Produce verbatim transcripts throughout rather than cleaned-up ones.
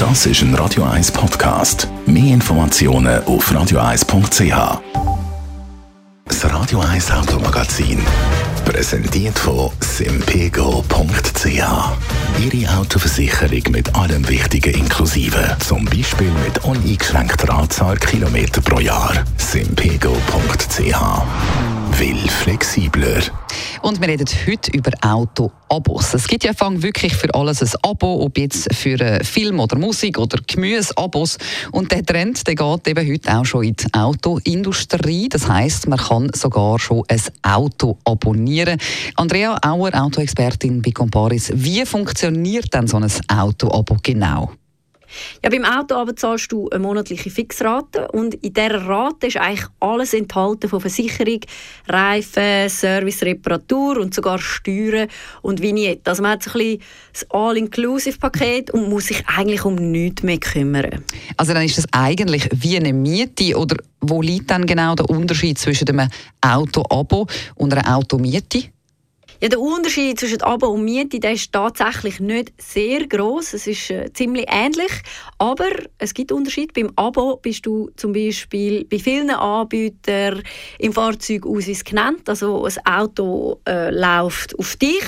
Das ist ein Radio eins Podcast. Mehr Informationen auf radio eins punkt c h. Das Radio eins Automagazin, präsentiert von simpego punkt c h. Ihre Autoversicherung mit allem Wichtigen inklusive. Zum Beispiel mit uneingeschränkter Anzahl Kilometer pro Jahr. simpego punkt c h. Will flexibler. Und wir reden heute über Auto-Abos. Es gibt ja Fang wirklich für alles ein Abo, ob jetzt für Film oder Musik oder Gemüse-Abos. Und der Trend der geht eben heute auch schon in die Autoindustrie. Das heisst, man kann sogar schon ein Auto abonnieren. Andrea Auer, Autoexpertin bei Comparis. Wie funktioniert denn so ein Auto-Abo genau? Ja, beim Auto zahlst du eine monatliche Fixrate und in dieser Rate ist eigentlich alles enthalten von Versicherung, Reifen, Service, Reparatur und sogar Steuern und Vignette. Also man hat so ein bisschen das All-Inclusive-Paket und muss sich eigentlich um nichts mehr kümmern. Also dann ist das eigentlich wie eine Miete, oder wo liegt dann genau der Unterschied zwischen einem Auto-Abo und einer Automiete? Ja, der Unterschied zwischen Abo und Miete, der ist tatsächlich nicht sehr gross. Es ist äh, ziemlich ähnlich, aber es gibt Unterschiede. Beim Abo bist du zum Beispiel bei vielen Anbietern im Fahrzeugausweis genannt. Also ein Auto äh, läuft auf dich.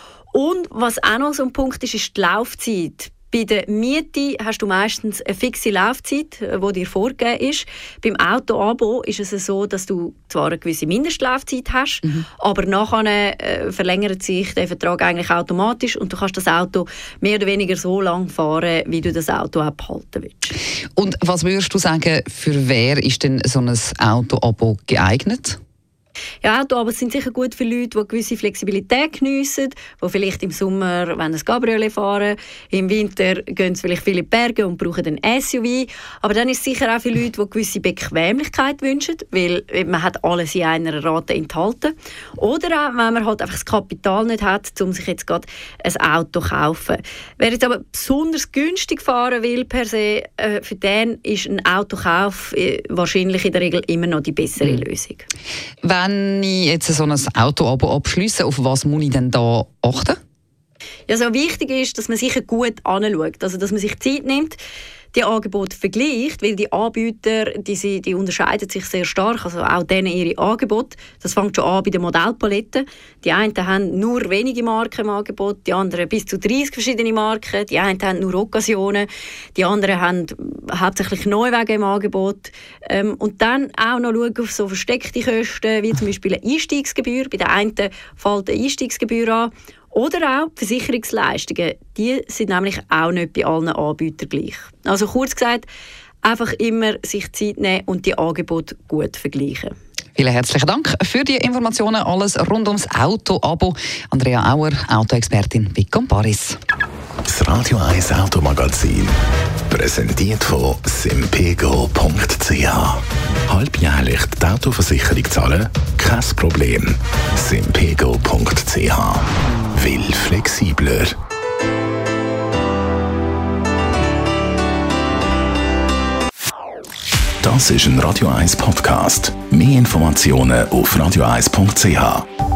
Und was auch noch so ein Punkt ist, ist die Laufzeit. Bei der Miete hast du meistens eine fixe Laufzeit, die dir vorgegeben ist. Beim Auto-Abo ist es so, dass du zwar eine gewisse Mindestlaufzeit hast, mhm. aber nachher äh, verlängert sich der Vertrag eigentlich automatisch und du kannst das Auto mehr oder weniger so lang fahren, wie du das Auto auch behalten willst. Und was würdest du sagen, für wer ist denn so ein Auto-Abo geeignet? Ja, Auto-Abos sind sicher gut für Leute, die eine gewisse Flexibilität geniessen, die vielleicht im Sommer ein Cabriolet fahren, im Winter gehen sie vielleicht viele in die Berge und brauchen einen S U V. Aber dann ist es sicher auch für Leute, die eine gewisse Bequemlichkeit wünschen, weil man hat alles in einer Rate enthalten. Oder auch, wenn man halt einfach das Kapital nicht hat, um sich jetzt gerade ein Auto zu kaufen. Wer jetzt aber besonders günstig fahren will per se, äh, für den ist ein Autokauf äh, wahrscheinlich in der Regel immer noch die bessere mhm. Lösung. Wenn ich jetzt so ein Auto-Abo abschliesse, auf was muss ich denn da achten? Ja, so wichtig ist, dass man sich gut anschaut, also dass man sich Zeit nimmt, die Angebote vergleicht, weil die Anbieter, die, die unterscheiden sich sehr stark, also auch denen ihre Angebote. Das fängt schon an bei der Modellpalette. Die einen haben nur wenige Marken im Angebot, die anderen bis zu dreißig verschiedene Marken, die einen haben nur Occasionen, die anderen haben hauptsächlich Neuwagen im Angebot. Ähm, und dann auch noch schauen auf so versteckte Kosten, wie zum Beispiel eine Einstiegsgebühr. Bei den einen fällt eine Einstiegsgebühr an. Oder auch die Versicherungsleistungen, die sind nämlich auch nicht bei allen Anbietern gleich. Also kurz gesagt, einfach immer sich Zeit nehmen und die Angebote gut vergleichen. Vielen herzlichen Dank für die Informationen. Alles rund ums Auto-Abo. Andrea Auer, Autoexpertin bei Comparis. Das Radio eins Automagazin, präsentiert von simpego punkt c h. Halbjährlich die Autoversicherung zahlen? Kein Problem. simpego punkt c h. Will flexibler. Das ist ein Radio eins Podcast. Mehr Informationen auf radio eins punkt c h.